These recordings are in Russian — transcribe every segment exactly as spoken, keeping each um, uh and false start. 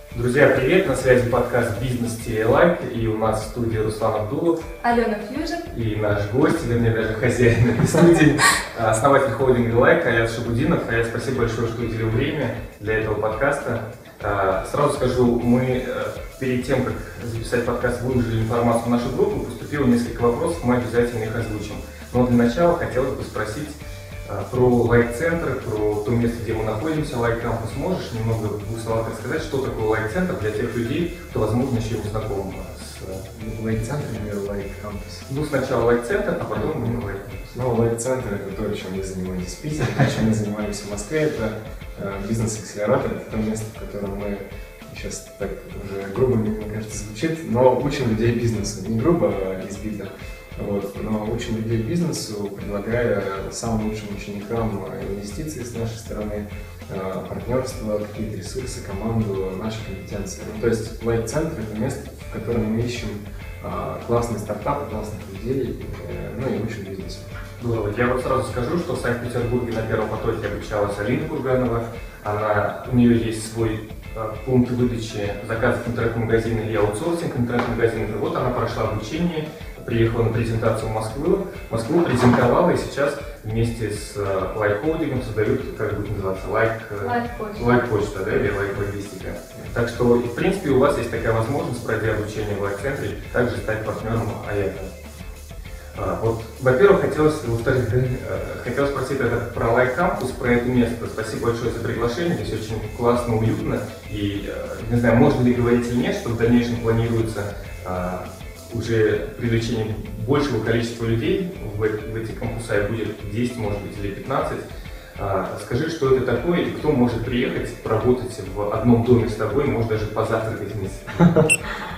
Друзья, привет! На связи подкаст «Бизнес ти эй Лайк», и у нас в студии Руслан Абдулов, Алена Фьюжин и наш гость, вернее даже хозяин этой студии, основатель холдинга «Лайк» Аят Шабудинов. Аят, спасибо большое, что уделил время для этого подкаста. Сразу скажу, мы перед тем, как записать подкаст, выложили информацию в нашу группу, поступило несколько вопросов, мы обязательно их озвучим. Но для начала хотелось бы спросить про Лайк-центр, про то место, где мы находимся, Лайк-кампус. Можешь немного в двух словах рассказать, что такое Лайк-центр для тех людей, кто, возможно, еще не знаком с Лайк-центр, например, Лайк-кампус? Ну, сначала Лайк-центр, а потом мы Лайк-кампус. Ну, Лайк-центр — это то, чем мы занимаемся в Питере, то, чем мы занимаемся в Москве. Это э, бизнес-акселератор, это то место, в котором мы сейчас так уже грубо, мне кажется, звучит, но учим людей бизнесу. Не грубо, а избито. Вот, но учим людей бизнесу, предлагая самым лучшим ученикам инвестиции с нашей стороны, партнерство, какие-то ресурсы, команду, наши компетенции. Ну, то есть Лайк-центр — это место, в котором мы ищем классные стартапы, классных людей, ну и учим бизнесу. Здорово. Я вот сразу скажу, что в Санкт-Петербурге на первом потоке обучалась Алина Курганова. Она, у нее есть свой пункт выдачи заказов интернет-магазина и аутсорсинг интернет-магазинов. И вот она прошла обучение, приехала на презентацию в Москву, Москву презентовала, и сейчас вместе с Лайк-холдингом создают, как будет называться, Лайк-почта, Лайк-почта, да, или Лайк-логистика. Так что, в принципе, у вас есть такая возможность, пройдя обучение в Лайк-центре, также стать партнером Аята. Вот, во-первых, хотелось, во-вторых, хотелось спросить это про Лайк-кампус, про это место. Спасибо большое за приглашение, здесь очень классно, уютно, и, не знаю, можно ли говорить или нет, что в дальнейшем планируется уже привлечение большего количества людей в, в эти кампуса, и будет десять, может быть, или пятнадцать. А, скажи, что это такое, и кто может приехать, поработать в одном доме с тобой, может даже позавтракать вместе.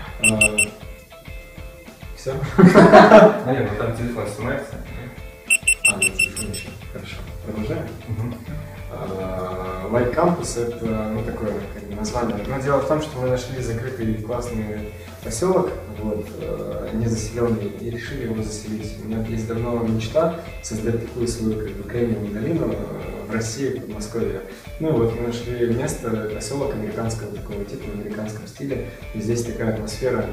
Все? Наверное, там телефон снимается. А, на телефон еще. Хорошо. Продолжаем? Лайк-кампус — это, ну, такое как бы название. Но дело в том, что мы нашли закрытый классный поселок, вот, не заселенный, и решили его заселить. У меня есть давно мечта создать такую свою, как бы, кремниевую долину в России, в Подмосковье. Ну и вот мы нашли место, поселок американского такого типа, в американском стиле. И здесь такая атмосфера,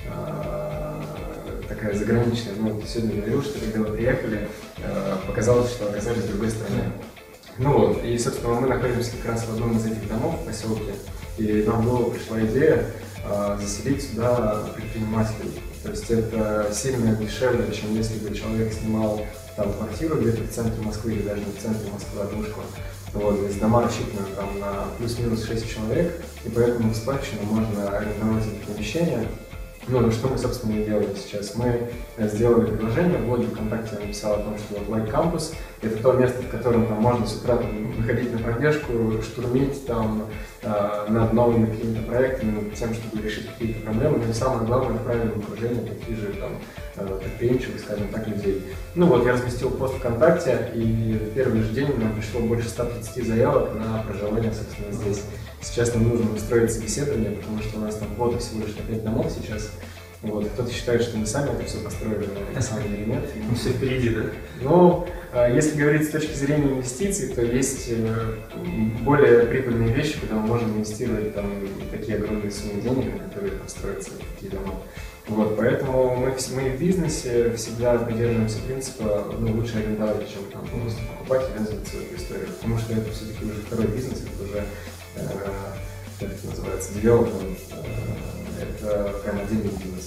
такая заграничная. Ну, ты сегодня говорил, что когда вы приехали, показалось, что оказались в другой стране. Ну вот, и, собственно, мы находимся как раз в одном из этих домов в поселке, и нам в голову пришла идея э, заселить сюда предпринимателей. То есть это сильно дешевле, чем если бы человек снимал там квартиру где-то в центре Москвы или даже не в центре Москвы, а двушку. Вот, то есть дома рассчитаны там на плюс-минус шесть человек, и поэтому в складчину можно арендовать эти помещения. Ну, что мы, собственно, и делаем сейчас. Мы сделали предложение, в блоге ВКонтакте я написал о том, что вот Лайк-кампус — это то место, в котором там можно с утра там выходить на пробежку, штурмить там э, над новыми какими-то проектами, над тем, чтобы решить какие-то проблемы, но и самое главное, в правильном окружении таких же там э, предприимчивых, скажем так, людей. Ну вот, я разместил пост ВКонтакте, и в первый же день нам пришло больше ста тридцати заявок на проживание, собственно, здесь. Сейчас нам нужно устроить собеседование, потому что у нас там квота всего лишь на пять домов сейчас. Вот. Кто-то считает, что мы сами это все построили, но на самом деле нет. Ну, все впереди, да? Но если говорить с точки зрения инвестиций, то есть более прибыльные вещи, куда мы можем инвестировать там такие огромные суммы денег, на которые там строятся такие дома. Вот, поэтому мы, мы в бизнесе всегда придерживаемся принципа, ну, лучше арендовать, чем там полностью покупать и ввязываться в эту историю. Потому что это все-таки уже второй бизнес, это уже, э, как это называется, девелопмент, э, это прям отдельный бизнес.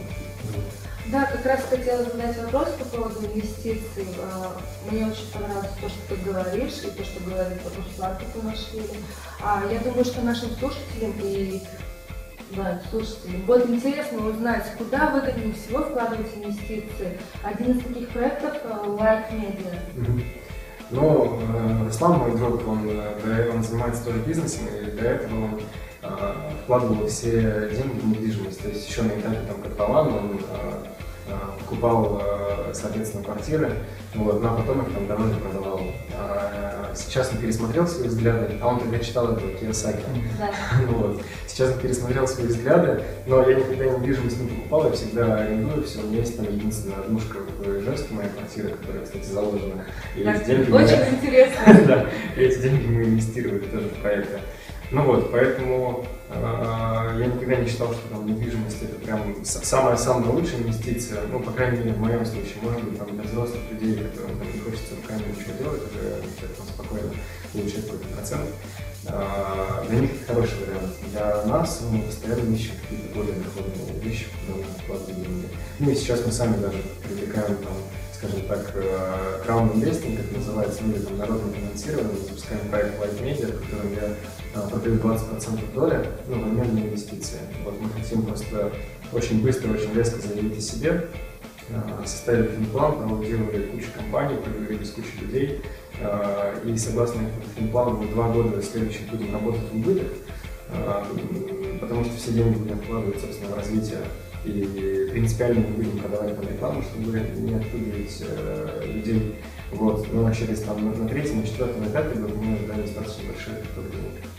Да, как раз хотела задать вопрос по поводу инвестиций. Мне очень понравилось то, что ты говоришь, и то, что говорит Руслан Кутунашвили. Я думаю, что нашим слушателям и да, слушателям будет интересно узнать, куда выгоднее всего вкладывать инвестиции. Один из таких проектов — Лайк Медиа. Mm-hmm. Ну, Руслан, мой друг, он, он занимается тоже бизнесом, и до этого он вкладывал все деньги в недвижимость. То есть еще на этапе там котлована он покупал, соответственно, квартиры, вот, но потом их там дороже продавал. Сейчас он пересмотрел свои взгляды, а он тогда читал этого Кийосаки. Да. Вот. Сейчас он пересмотрел свои взгляды, но я никогда недвижимость не покупал, я всегда арендую все. У меня есть там единственная однушка в Ижевске, моя квартира, которая, кстати, заложена. И да, эти деньги очень мы... интересно. Да, и эти деньги мы инвестировали тоже в проекты. Ну вот, поэтому э, я никогда не считал, что там недвижимость это прям самая-самая лучшая инвестиция, ну, по крайней мере, в моем случае. Может быть, там, для взрослых людей, которым там, не хочется руками ничего делать, уже там, спокойно получать какой-то процент. А, для них это хороший вариант. Для нас мы постоянно ищем какие-то более доходные вещи, куда мы вкладываем деньги. Ну и сейчас мы сами даже привлекаем, там, скажем так, крауд-инвестинг, как называется, ну или там народное финансирование, мы запускаем проект White Media, в котором я а, продаю двадцать процентов доли, ну, в обмен на инвестиции. Вот мы хотим просто очень быстро, очень резко заявить о себе, а, составили финплан, проаудировали кучу компаний, поговорили с кучей людей, а, и согласно этому финплану мы два года следующих будем работать в убыток, а, потому что все деньги будем вкладывать, собственно, в развитие. И принципиально мы будем продавать там рекламу, чтобы не отпугивать э, людей. Вот. Но через там, на, на третьем, на четвертом, на пятый год мы ожидаем достаточно большие приходы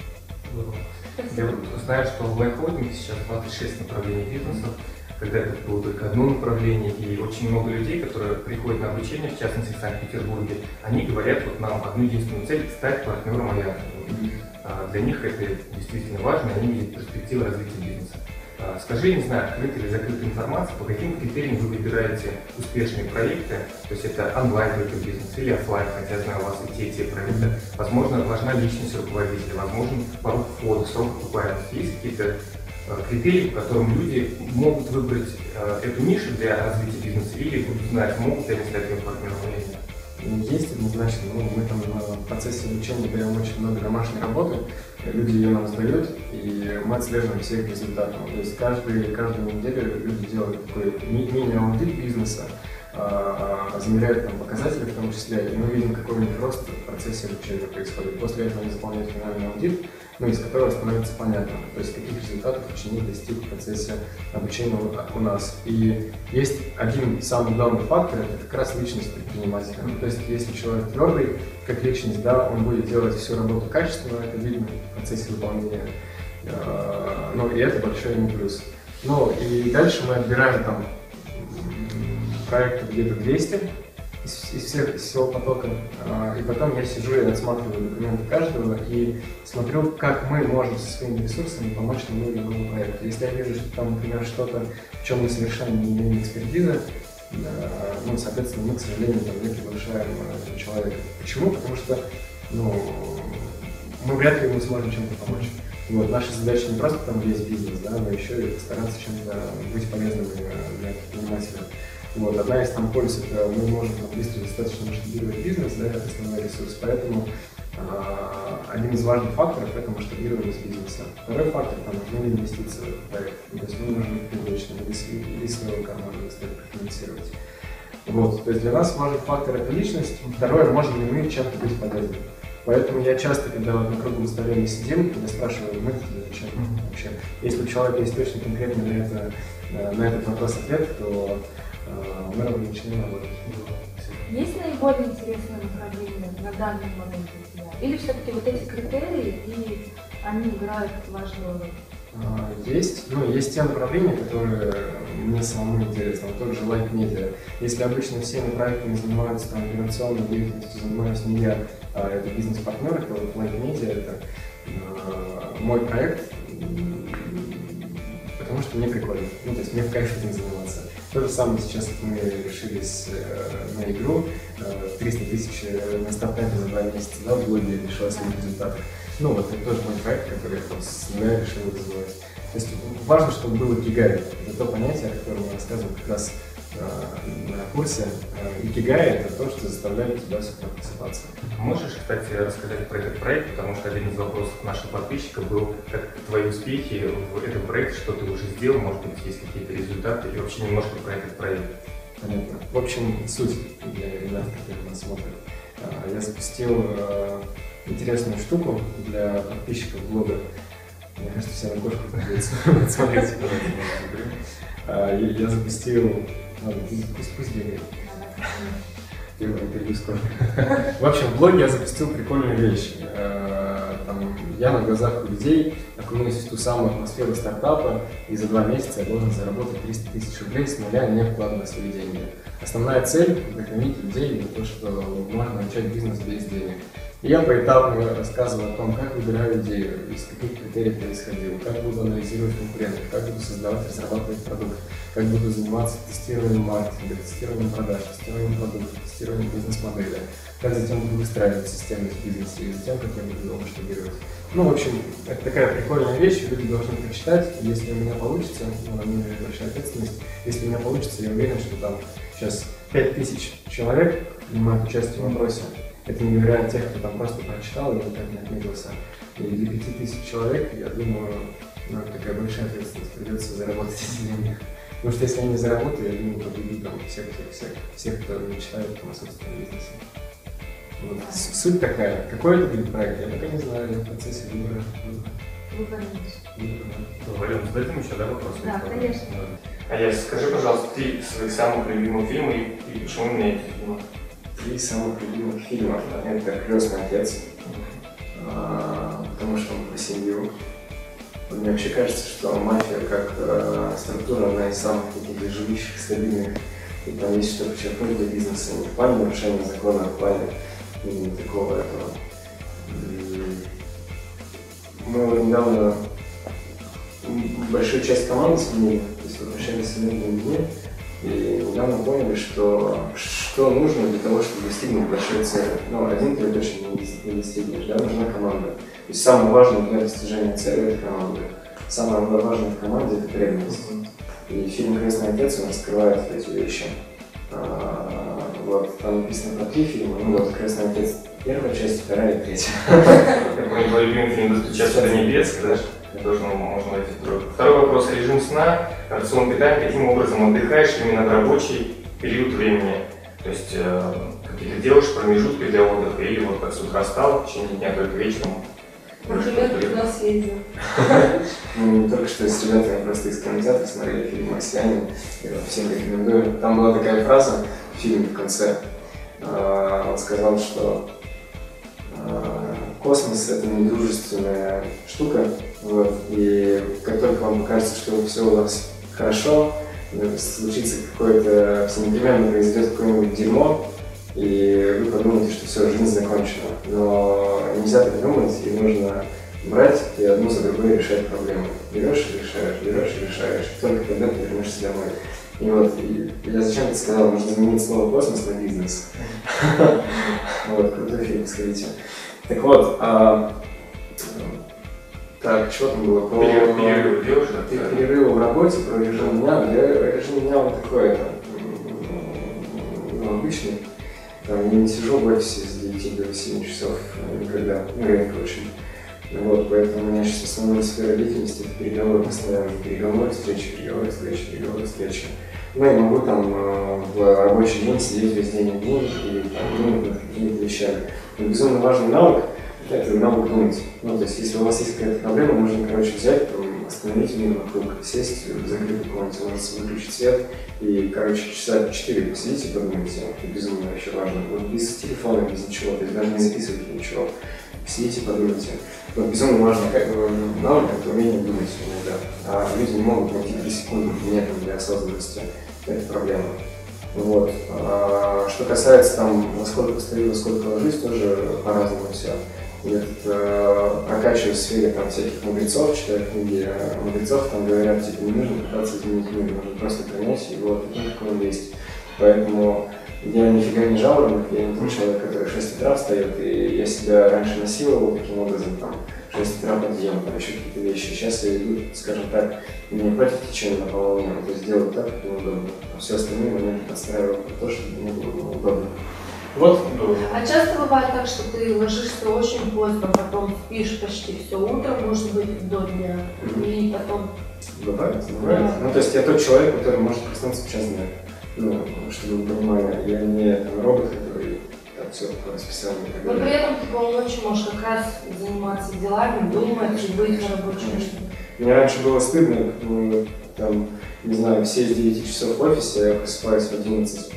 денег. Я вот знаю, что в Лайфхолдинге сейчас двадцать шесть направлений бизнеса, когда это было только одно направление, и очень много людей, которые приходят на обучение, в частности в Санкт-Петербурге, они говорят вот нам одну единственную цель – стать партнером Альянса. Mm-hmm. Для них это действительно важно, они видят перспективы развития бизнеса. Скажи, я не знаю, открытая или закрытая информация, по каким критериям вы выбираете успешные проекты, то есть это онлайн только бизнес или офлайн, хотя я знаю, у вас и те, и те проекты. Возможно, важна личность руководителя, возможно, порог входа, срок окупаемости. Есть какие-то критерии, по которым люди могут выбрать эту нишу для развития бизнеса или будут знать, могут ли они стать ее партнером или нет? Есть однозначно, ну, мы там в процессе обучения даем очень много домашней работы, люди ее нам сдают, и мы отслеживаем все их результаты. То есть каждый, каждую неделю люди делают такой ми- мини-аудит бизнеса, а, а, замеряют там показатели в том числе, и мы видим, какой у них рост в процессе обучения происходит. После этого они заполняют финальный аудит, ну, из которого становится понятно, то есть каких результатов ученик достиг в процессе обучения у нас. И есть один самый главный фактор, это как раз личность предпринимателя. То есть если человек твердый, как личность, да, он будет делать всю работу качественно, это видно в процессе выполнения. Ну, и это большой ему плюс. Ну, и дальше мы отбираем там проекты где-то двести из, из, всех, из всего потока, и потом я сижу и отсматриваю документы каждого и смотрю, как мы можем со своими ресурсами помочь тому или иному проекту. Если я вижу, что там, например, что-то, в чем мы совершенно не имеем экспертизы, ну, соответственно, мы, к сожалению, там, не приглашаем этого человека. Почему? Потому что, ну, мы вряд ли ему сможем чем-то помочь. Вот, наша задача не просто там весь бизнес, да, но еще и постараться чем-то быть полезным для предпринимателя. Вот, одна из там польз – это мы можем там, быстро достаточно масштабировать бизнес, да, это основной ресурс, поэтому а, один из важных факторов – это масштабируемость бизнеса. Второй фактор – там нужны инвестиции в проект, то есть мы можем привлечь или, или своего кармана профинансировать. Вот, то есть для нас важный фактор – это личность, второе – можем ли мы чем-то быть полезным. Поэтому я часто, когда вот на круглом столе мы сидим, я спрашиваю, мы зачем вообще. Если у человека есть точно конкретно на, это, на этот вопрос ответ, то э, мы начинаем работать. Есть наиболее интересное направление на данный момент для тебя? Или все-таки вот эти критерии, и они играют важную роль? Есть, ну, есть те направления, которые мне самому интересны, вот тот же White Media. Если обычно всеми проектами занимаются там, операционной деятельностью, занимаюсь не я, а это бизнес-партнеры, то вот White Media это э, мой проект, потому что мне прикольно, ну, то есть мне в кайф этим заниматься. То же самое сейчас мы решились э, на игру, э, триста тысяч на стартапе за два месяца, да, в блоге решила своих результатов. Ну, вот это тоже мой проект, который я с нуля решил развивать. То есть важно, чтобы было икигай. Это то понятие, о котором мы рассказываем как раз э, на курсе. Э, икигай – это то, что заставляет тебя с утра просыпаться. Можешь, кстати, рассказать про этот проект, потому что один из вопросов наших подписчиков был, как твои успехи в этом проекте, что ты уже сделал, может быть, есть какие-то результаты, и вообще немножко про этот проект. Понятно. В общем, суть для ребят, которые нас смотрят. Э, я запустил э, интересную штуку для подписчиков блога. Мне кажется, все на кошку придется смотреть. Я запустил... Ладно, пусть пусть бегает. Первое интервью скоро. В общем, в блоге я запустил прикольную вещь. Там, я на глазах у людей окунусь в ту самую атмосферу стартапа, и за два месяца я должен заработать триста тысяч рублей с нуля, не вкладывая свои деньги. Основная цель – вдохновить людей на то, что можно начать бизнес без денег. И я поэтапно рассказывал о том, как выбираю идею, из каких критериев я исходил, как буду анализировать конкурентов, как буду создавать, разрабатывать продукт, как буду заниматься тестированием маркетинга, тестированием продаж, тестированием продуктов, тестированием бизнес-модели, как затем буду выстраивать системы в бизнесе и затем, как я буду его масштабировать. Ну, в общем, это такая прикольная вещь, люди должны прочитать. Если у меня получится, ну, на мне большая ответственность, если у меня получится, я уверен, что там сейчас пять тысяч человек принимают участие в вопросе. Это не говоря о тех, кто там просто прочитал и никак не отметился. И для пяти тысяч человек, я думаю, ну, это такая большая ответственность, придется заработать эти деньги. Потому что если я не заработаю, я думаю, победю там всех-всех-всех, всех, кто мечтает там, о собственном бизнесе. Вот. Суть такая. Какой это будет проект, я пока не знаю, я в процессе выбора. Выбора. Валерий, зададим еще, да, вопросы? Да, конечно. А я скажи, пожалуйста, ты своих самых любимых фильмов и, и почему именно эти фильмы? Три самых любимых фильма. Это «Крестный отец», а, потому что он про семью. Мне вообще кажется, что «Мафия» как а, структура, одна из самых таких живущих, стабильных. И там есть что почерпнуть для бизнеса, не в плане нарушения закона, а в плане именно такого этого. Мы вот недавно большую часть команды сменили, то есть отношения с энергией людьми, и недавно поняли, что, что нужно для того, чтобы достигнуть большой цели. Ну, один ты точно не достигнешь, да, нужна команда. То есть самое важное для достижения цели – это команда. Самое важное в команде – это преданность. И фильм «Крестный отец» он раскрывает эти вещи. А, вот, там написано про три фильма, ну вот «Крестный отец» первая часть, вторая и третья. Я помню, твой любимый фильм «Достучаться до небес», да? Тоже можно найти второй. Второй вопрос. Режим сна, рацион питания, каким образом отдыхаешь именно в рабочий период времени? То есть э, какие-то делаешь промежутки для отдыха или вот как с утра встал, в течение дня только вечером? Например, ты туда съездил. Мы только что с ребятами просто из кинотеатра смотрели фильм «Марсианин». Я всем рекомендую. Там была такая фраза в фильме в конце. Он сказал, что космос — это недружественная штука. Вот, и как только вам покажется, что все у вас хорошо, случится какое-то, непременно произойдет какое-нибудь дерьмо, и вы подумаете, что все, жизнь закончена. Но нельзя так думать, и нужно брать и одну за другой решать проблемы. Берешь и решаешь, берешь и решаешь, только тогда ты вернешься домой. И вот, и я зачем-то сказал, нужно заменить слово «космос» на «бизнес». Вот, крутой фильм, сходите. Так вот, так, что там было? Про перерывы делаешь, да? Перерывы в работе, про режим дня. Режим дня он такой, ну, обычный. Там, я не сижу в офисе с девяти до семи часов никогда, ну, редко очень. Вот, поэтому у меня сейчас основная сфера деятельности — это переговоры постоянно, переговоры, встречи, переговоры, встречи, переговоры, встречи. Ну, я могу там в рабочий день сидеть весь день один или там думать над какими-то вещами. Но безумно важный навык — это навык думать. Ну, то есть, если у вас есть какая-то проблема, нужно, короче, взять, там, остановить мир вокруг, сесть в закрытую комнате, можете выключить свет и, короче, часа четыре посидите и подумайте. Это безумно вообще важно. Вот без телефона, без ничего, то есть даже не записывайте ничего. Сидите и подумайте. Вот безумно важно как, навык — это умение думать иногда. А люди не могут найти три секунды нет для осознанности. Это проблема. Вот. А что касается там, во сколько стою, во сколько ложусь, тоже по-разному все. Я тут э, прокачиваюсь в сфере там, всяких мудрецов, читаю книги мудрецов, там говорят, типа, не нужно пытаться изменить мир, нужно просто принять его таким, как он есть. Поэтому я нифига не жаворонок, я не тот человек, который в шесть утра встает, и я себя раньше насиловал таким образом, там, в шесть утра подъем, там еще какие-то вещи. Сейчас я иду, скажем так, не против течения на половину, то есть делаю так, как мне удобно. А все остальные моменты подстраиваю под то, чтобы мне было удобно. Вот. А часто бывает так, что ты ложишься очень поздно, потом спишь почти все утро, может быть, до дня, и потом... Бывает, бывает. Да. Ну, то есть я тот человек, который может проснуться в час дня. Ну, чтобы вы понимали, я не там, робот, который там все по расписанию и так далее. Но при этом ты полночи можешь как раз заниматься делами, думать и быть на рабочем месте. Мне раньше было стыдно, ну, там, не знаю, все с девяти часов в офисе, я просыпаюсь в одиннадцать.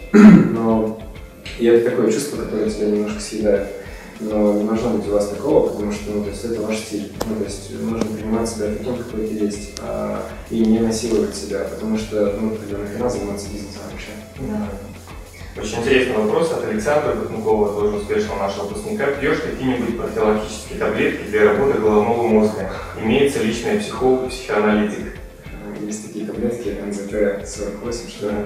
Но и это такое чувство, которое тебя немножко съедает. Но не должно быть у вас такого, потому что ну, то есть, это ваш стиль. Ну, то есть нужно принимать себя таким, какой ты есть, а, и не насиловать себя, потому что ну, нахрена заниматься бизнесом вообще. Да. Очень интересный вопрос от Александра Гутнукова, тоже успешного нашего выпускника. Пьешь какие-нибудь профилактические таблетки для работы головного мозга? Имеется личный психолог, психоаналитик? Есть такие таблетки, эн зэ тэ сорок восемь, что ли?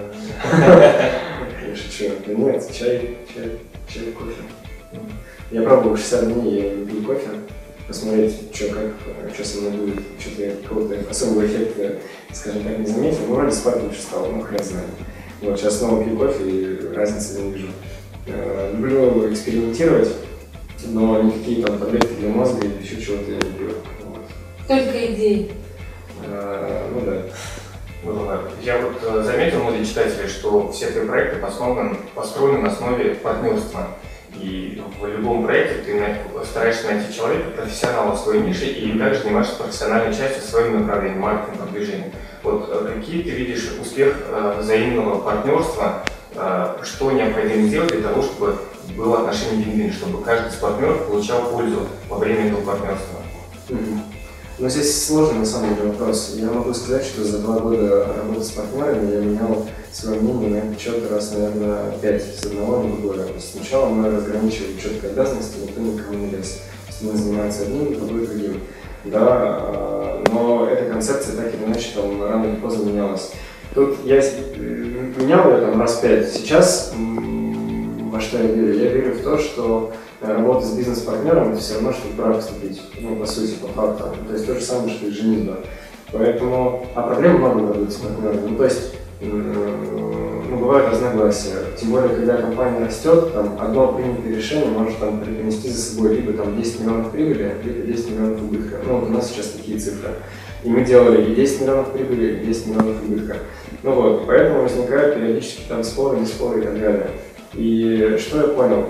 Я шучу. Да нет, чай, чай, чай, кофе. Я пробовал шестьдесят дней, я не пью кофе. Посмотреть, что как, что со мной будет. Что-то я какого-то особого эффекта, скажем так, не заметил. Ну, вроде спать лучше стало, ну, хрен знает. Вот, сейчас снова пью кофе и разницы не вижу. Люблю экспериментировать, но никакие там таблетки для мозга или еще чего-то я не пью. Вот. Только идеи. А, ну да. Я вот заметил, многие читатели, что все твои проекты построены, построены на основе партнерства. И в любом проекте ты стараешься найти человека, профессионала в своей нише, и также занимаешься профессиональной частью в своем направлении, маркетинг, продвижение. Вот какие ты видишь успех взаимного партнерства, что необходимо сделать для того, чтобы было отношение вин-вин, чтобы каждый из партнеров получал пользу во время этого партнерства? Mm-hmm. Но здесь сложный на самом деле вопрос. Я могу сказать, что за два года работы с партнерами я менял свое мнение на этот счет раз, наверное, пять с одного на другое. То есть сначала мы разграничивали четкие обязанности, никто никому не лез. То есть один занимается одним, другой другим. Да, но эта концепция так или иначе там рано или поздно менялась. Тут я менял ее там раз пять. Сейчас во что я верю? Я верю в то, что работа с бизнес-партнером — это все равно, что в брак вступить, ну, по сути, по факту. То есть то же самое, что и женитьба. Поэтому, а проблем много в работе с партнерами. Ну, то есть, ну, бывают разногласия. Тем более, когда компания растет, там, одно принятое решение может там принести за собой либо там десять миллионов прибыли, либо десять миллионов убытка. Ну, вот у нас сейчас такие цифры. И мы делали и десять миллионов прибыли, и десять миллионов убытка. Ну вот, поэтому возникают периодически там споры, не споры и так далее. И что я понял?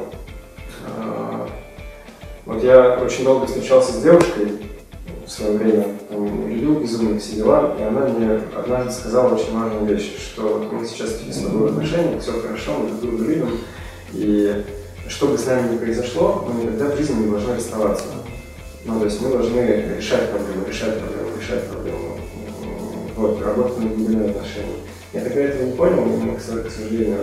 Вот я очень долго встречался с девушкой в свое время, там, любил безумно все дела, и она мне однажды сказала очень важную вещь, что мы сейчас с тобой в отношениях, все хорошо, мы друг друга любим, и что бы с нами ни произошло, мы никогда в жизни не должны расставаться. Ну, то есть мы должны решать проблемы, решать проблемы, решать проблемы. Вот, работать над глубиной отношений. Я тогда этого не понял, но, к сожалению,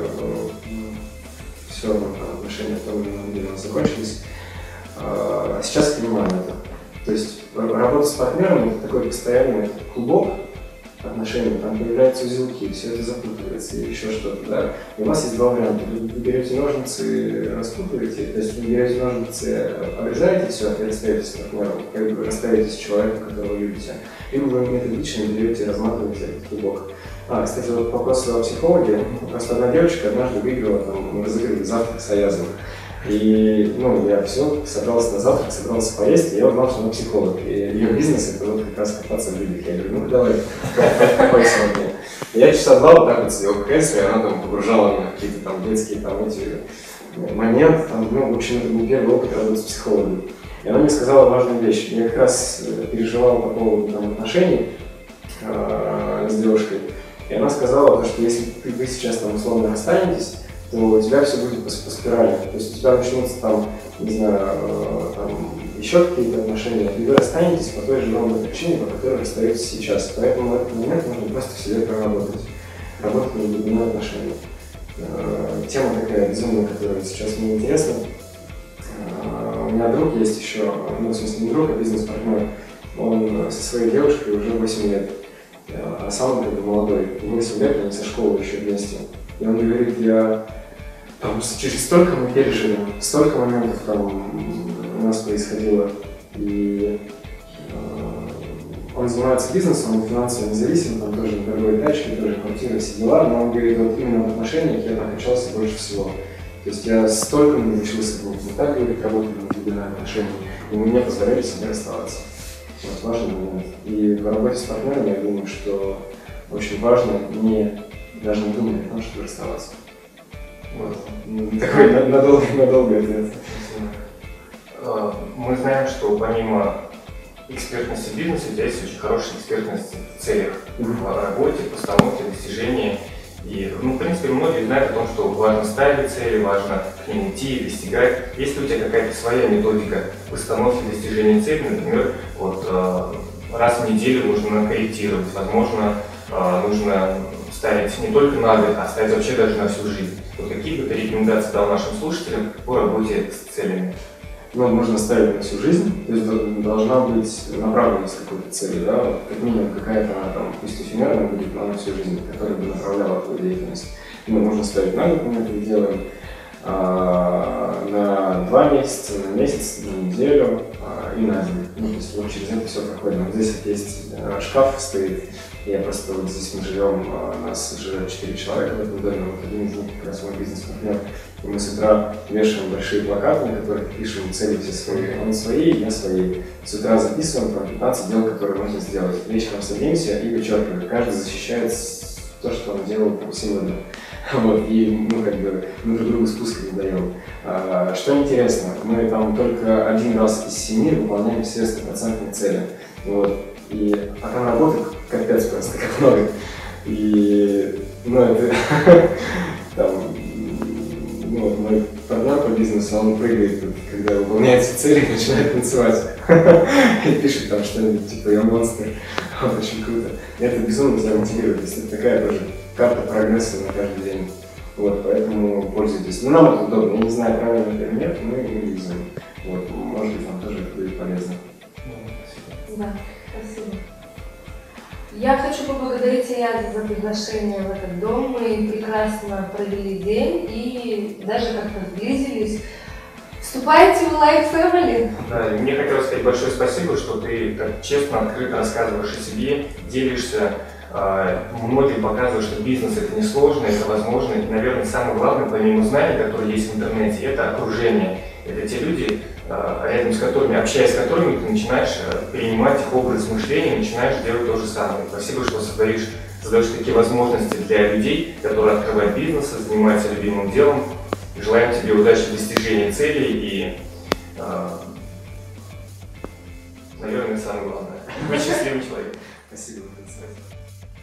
все равно отношения в том или ином деле закончились. Сейчас я понимаю это. То есть работа с партнером — это такой постоянный клубок отношений, там появляются узелки, все это запутывается и еще что-то, да. И у вас есть два варианта. Вы берете ножницы, распутываете, то есть вы берете ножницы, обрезаете все и расстаетесь с партнером, как бы расстаетесь с человеком, которого любите. Либо вы методично берете и разматываете этот клубок. А, кстати, вот вопрос о психологе. Просто одна девочка однажды выиграла, там, мы разыгрывали завтрак с Аязом. И, ну, я все, собрался на завтрак, собрался поесть, и я узнал, что она психолог. И ее бизнес — это вот как раз копаться в людях. Я говорю, ну давай, какой сегодня. Я часа два вот так вот сидел в кресле, и она там погружала меня в какие-то там детские там эти моменты. Там, ну, в общем, это был первый опыт работы с психологом. И она мне сказала важную вещь. Я как раз переживал по поводу там отношений э, с девушкой. И она сказала, что если ты, вы сейчас там условно расстанетесь, то у тебя все будет по, по спирали. То есть у тебя начнутся там, не знаю, э, там, еще какие-то отношения, и вы расстанетесь по той же ровной причине, по которой расстаетесь сейчас. Поэтому в этот момент нужно просто в себе проработать. Работать над глубиной отношений. Э, тема такая безумная, которая сейчас мне интересна. Э, у меня друг есть еще, ну, в смысле, не друг, а бизнес-партнер. Он со своей девушкой уже восемь лет. А сам он как бы молодой. восемь лет, они со школы еще вместе. И он говорит, я там, через столько мы пережили, столько моментов там у нас происходило. И э, он занимается бизнесом, он финансово независим, там тоже на дорогой тачке, тоже квартира, все дела. Но он говорит, вот именно в отношениях я накачался больше всего. То есть я столько научился, не так говорит, работать над глубиной отношений, и мы не позволяли себе расставаться. Вот важный момент. И в работе с партнерами я думаю, что очень важно не даже не думать о том, чтобы расставаться. Вот. Такой надолго, надолго ответ. Мы знаем, что помимо экспертности бизнеса, у тебя есть очень хорошая экспертность в целях, в работе, постановке, достижении. И, ну, в принципе, многие знают о том, что важно ставить цели, важно к ним идти и достигать. Есть ли у тебя какая-то своя методика постановки достижения цели, например, вот, э, раз в неделю нужно корректировать, возможно, нужно ставить не только на год, а ставить вообще даже на всю жизнь. Вот какие бы ты рекомендации дал нашим слушателям по работе с целями? Ну, можно ставить на всю жизнь, то есть должна быть направленность какой-то цели, да, вот, как минимум какая-то она там, пусть эфемерная будет, но на всю жизнь, которая бы направляла твою деятельность. Ну, можно ставить на год, мы это делаем, а, на два месяца, на месяц, на неделю а, и на день. Ну, то есть вот через это все проходим. Вот здесь вот есть а, шкаф стоит, я просто вот здесь мы живем, а, нас живет четыре человека в этом доме, вот один из них как раз мой бизнес-партнер. И мы с утра вешаем большие плакаты, на которых пишем цели все свои. Он свои, я свои. С утра записываем про пятнадцать дел, которые можно сделать. Вечером садимся и вычеркиваем. Каждый защищает то, что он делал сегодня. Вот, и ну, как бы, мы друг другу спуска не даем. А, что интересно, мы там только один раз из семи выполняем все стопроцентные цели. Вот, и, а там работы капец просто, как много. И, ну, это, там, ну, мой партнер по бизнесу, он прыгает, когда выполняет все цели, и начинает танцевать. И пишет там что-нибудь, типа, я монстр. Вот, очень круто. И это безумно тебя мотивирует, то есть это такая тоже карта прогресса на каждый день. Вот, поэтому пользуйтесь. Ну, нам это удобно, я не знаю, правильно это или нет, мы не юзаем. Вот, может быть, вам тоже это будет полезно. Да, спасибо. Я хочу поблагодарить Аяда за приглашение в этот дом. Мы прекрасно провели день и даже как-то сблизились. Вступайте в Life Family! Да, и мне хотелось сказать большое спасибо, что ты так честно, открыто рассказываешь о себе, делишься, э, многим показываешь, что бизнес это не сложно, это возможно. И, наверное, самое главное, помимо знаний, которые есть в интернете, это окружение. Это те люди, э, рядом с которыми, общаясь с которыми, ты начинаешь принимать их образ мышления, начинаешь делать то же самое. Спасибо, что создаешь, создаешь такие возможности для людей, которые открывают бизнес, занимаются любимым делом. Желаем тебе удачи в достижении целей и, э, наверное, самое главное, быть счастливым человеком. Спасибо.